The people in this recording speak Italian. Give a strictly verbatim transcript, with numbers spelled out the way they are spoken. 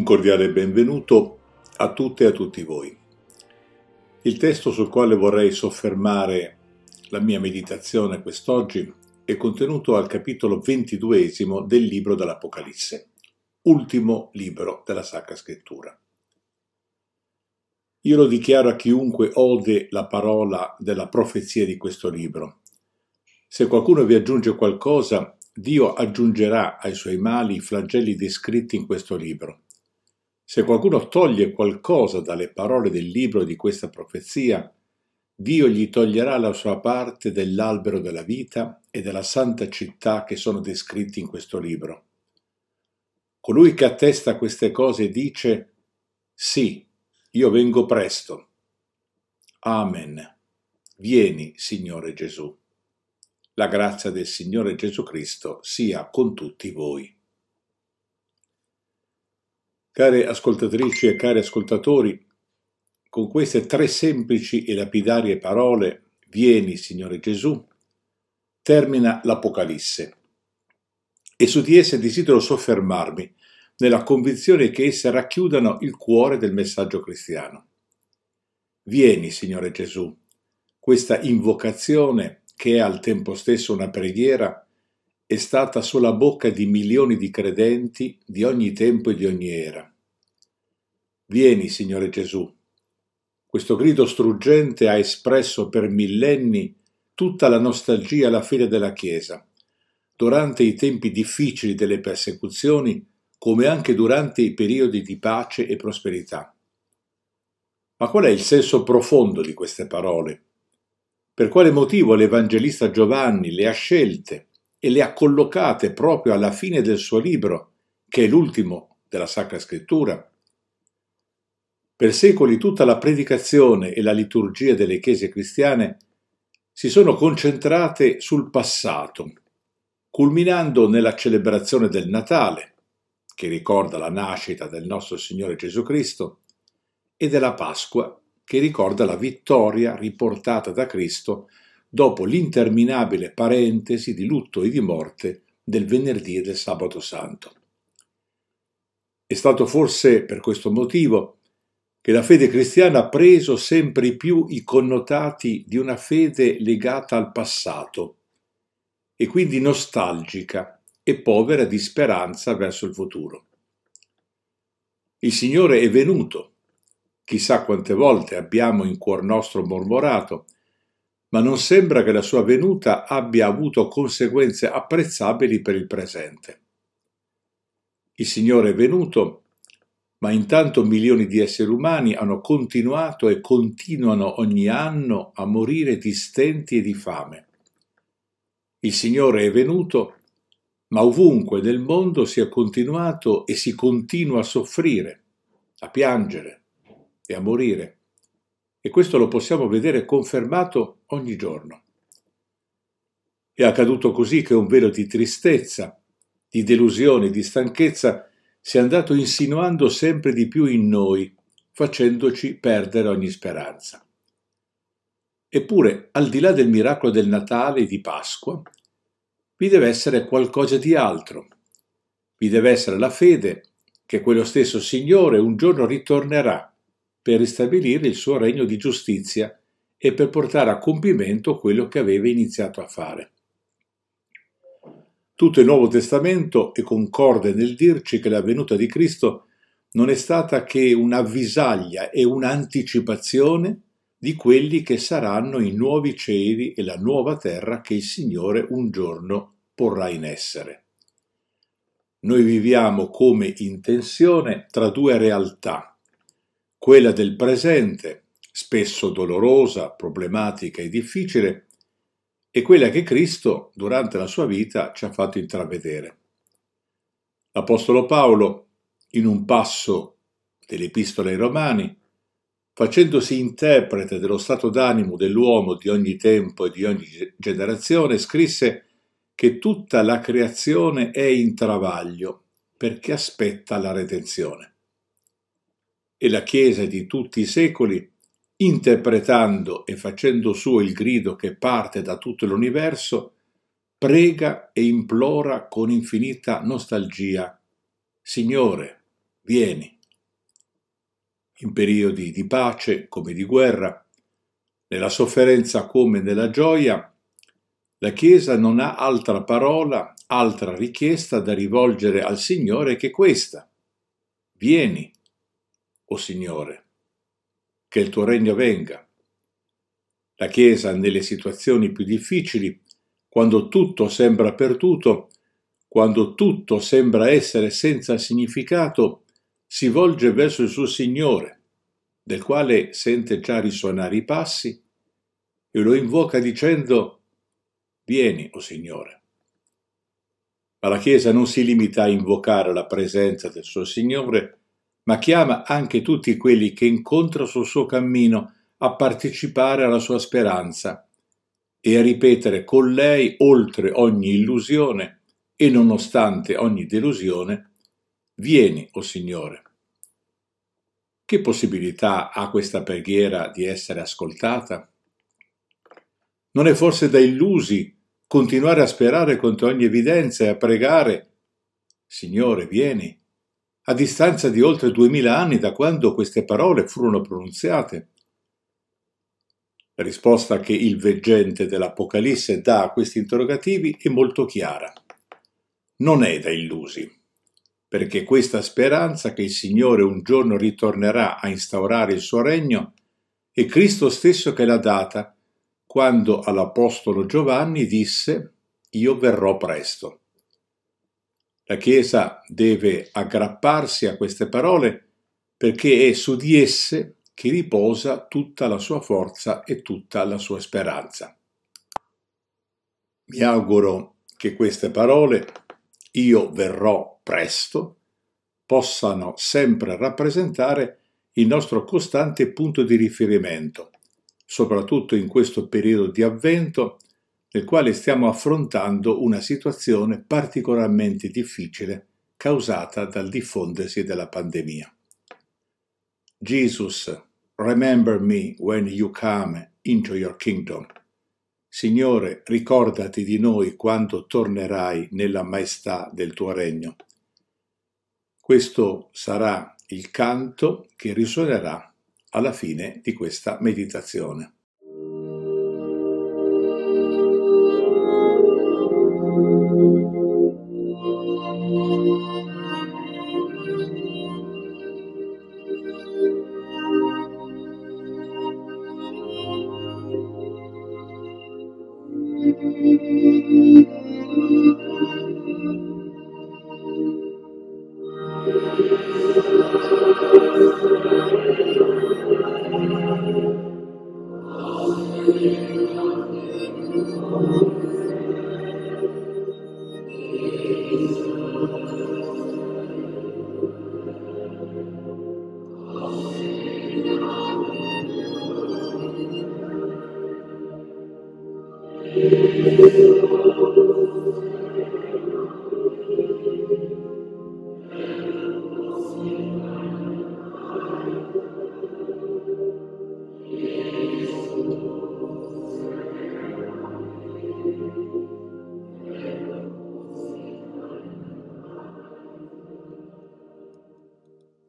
Un cordiale benvenuto a tutte e a tutti voi. Il testo sul quale vorrei soffermare la mia meditazione quest'oggi è contenuto al capitolo ventiduesimo del libro dell'Apocalisse, ultimo libro della Sacra Scrittura. Io lo dichiaro a chiunque ode la parola della profezia di questo libro. Se qualcuno vi aggiunge qualcosa, Dio aggiungerà ai suoi mali i flagelli descritti in questo libro. Se qualcuno toglie qualcosa dalle parole del libro di questa profezia, Dio gli toglierà la sua parte dell'albero della vita e della santa città che sono descritti in questo libro. Colui che attesta queste cose dice: sì, io vengo presto. Amen. Vieni, Signore Gesù. La grazia del Signore Gesù Cristo sia con tutti voi. Care ascoltatrici e cari ascoltatori, con queste tre semplici e lapidarie parole, vieni, Signore Gesù, termina l'Apocalisse. E su di esse desidero soffermarmi, nella convinzione che esse racchiudano il cuore del messaggio cristiano. Vieni, Signore Gesù, questa invocazione, che è al tempo stesso una preghiera, è stata sulla bocca di milioni di credenti di ogni tempo e di ogni era. Vieni, Signore Gesù. Questo grido struggente ha espresso per millenni tutta la nostalgia alla fine della Chiesa, durante i tempi difficili delle persecuzioni, come anche durante i periodi di pace e prosperità. Ma qual è il senso profondo di queste parole? Per quale motivo l'Evangelista Giovanni le ha scelte e le ha collocate proprio alla fine del suo libro, che è l'ultimo della Sacra Scrittura? Per secoli tutta la predicazione e la liturgia delle chiese cristiane si sono concentrate sul passato, culminando nella celebrazione del Natale, che ricorda la nascita del nostro Signore Gesù Cristo, e della Pasqua, che ricorda la vittoria riportata da Cristo dopo l'interminabile parentesi di lutto e di morte del venerdì e del sabato santo. È stato forse per questo motivo che la fede cristiana ha preso sempre più i connotati di una fede legata al passato e quindi nostalgica e povera di speranza verso il futuro. Il Signore è venuto. Chissà quante volte abbiamo in cuor nostro mormorato, ma non sembra che la sua venuta abbia avuto conseguenze apprezzabili per il presente. Il Signore è venuto, ma intanto milioni di esseri umani hanno continuato e continuano ogni anno a morire di stenti e di fame. Il Signore è venuto, ma ovunque nel mondo si è continuato e si continua a soffrire, a piangere e a morire. E questo lo possiamo vedere confermato ogni giorno. È accaduto così che un velo di tristezza, di delusione e di stanchezza si è andato insinuando sempre di più in noi, facendoci perdere ogni speranza. Eppure, al di là del miracolo del Natale e di Pasqua, vi deve essere qualcosa di altro. Vi deve essere la fede che quello stesso Signore un giorno ritornerà per ristabilire il suo regno di giustizia e per portare a compimento quello che aveva iniziato a fare. Tutto il Nuovo Testamento è concorde nel dirci che la venuta di Cristo non è stata che un'avvisaglia e un'anticipazione di quelli che saranno i nuovi cieli e la nuova terra che il Signore un giorno porrà in essere. Noi viviamo come in tensione tra due realtà, quella del presente, spesso dolorosa, problematica e difficile, e quella che Cristo, durante la sua vita, ci ha fatto intravedere. L'Apostolo Paolo, in un passo dell'Epistola ai Romani, facendosi interprete dello stato d'animo dell'uomo di ogni tempo e di ogni generazione, scrisse che tutta la creazione è in travaglio perché aspetta la redenzione. E la Chiesa di tutti i secoli, interpretando e facendo suo il grido che parte da tutto l'universo, prega e implora con infinita nostalgia: Signore, vieni. in periodi di pace come di guerra, nella sofferenza come nella gioia, la Chiesa non ha altra parola, altra richiesta da rivolgere al Signore che questa: vieni, o Signore, che il tuo regno venga. La Chiesa nelle situazioni più difficili, quando tutto sembra perduto, quando tutto sembra essere senza significato, si volge verso il suo Signore, del quale sente già risuonare i passi, e lo invoca dicendo: vieni, o Signore. Ma la Chiesa non si limita a invocare la presenza del suo Signore, ma chiama anche tutti quelli che incontra sul suo cammino a partecipare alla sua speranza e a ripetere con lei, oltre ogni illusione e nonostante ogni delusione: vieni, o Signore. Che possibilità ha questa preghiera di essere ascoltata? Non è forse da illusi continuare a sperare contro ogni evidenza e a pregare: Signore, vieni, a distanza di oltre duemila anni da quando queste parole furono pronunziate? La risposta che il veggente dell'Apocalisse dà a questi interrogativi è molto chiara. Non è da illusi, perché questa speranza che il Signore un giorno ritornerà a instaurare il suo regno è Cristo stesso che l'ha data quando all'Apostolo Giovanni disse: io verrò presto. La Chiesa deve aggrapparsi a queste parole perché è su di esse che riposa tutta la sua forza e tutta la sua speranza. Mi auguro che queste parole, io verrò presto, possano sempre rappresentare il nostro costante punto di riferimento, soprattutto in questo periodo di avvento nel quale stiamo affrontando una situazione particolarmente difficile causata dal diffondersi della pandemia. Jesus, remember me when you come into your kingdom. Signore, ricordati di noi quando tornerai nella maestà del tuo regno. Questo sarà il canto che risuonerà alla fine di questa meditazione.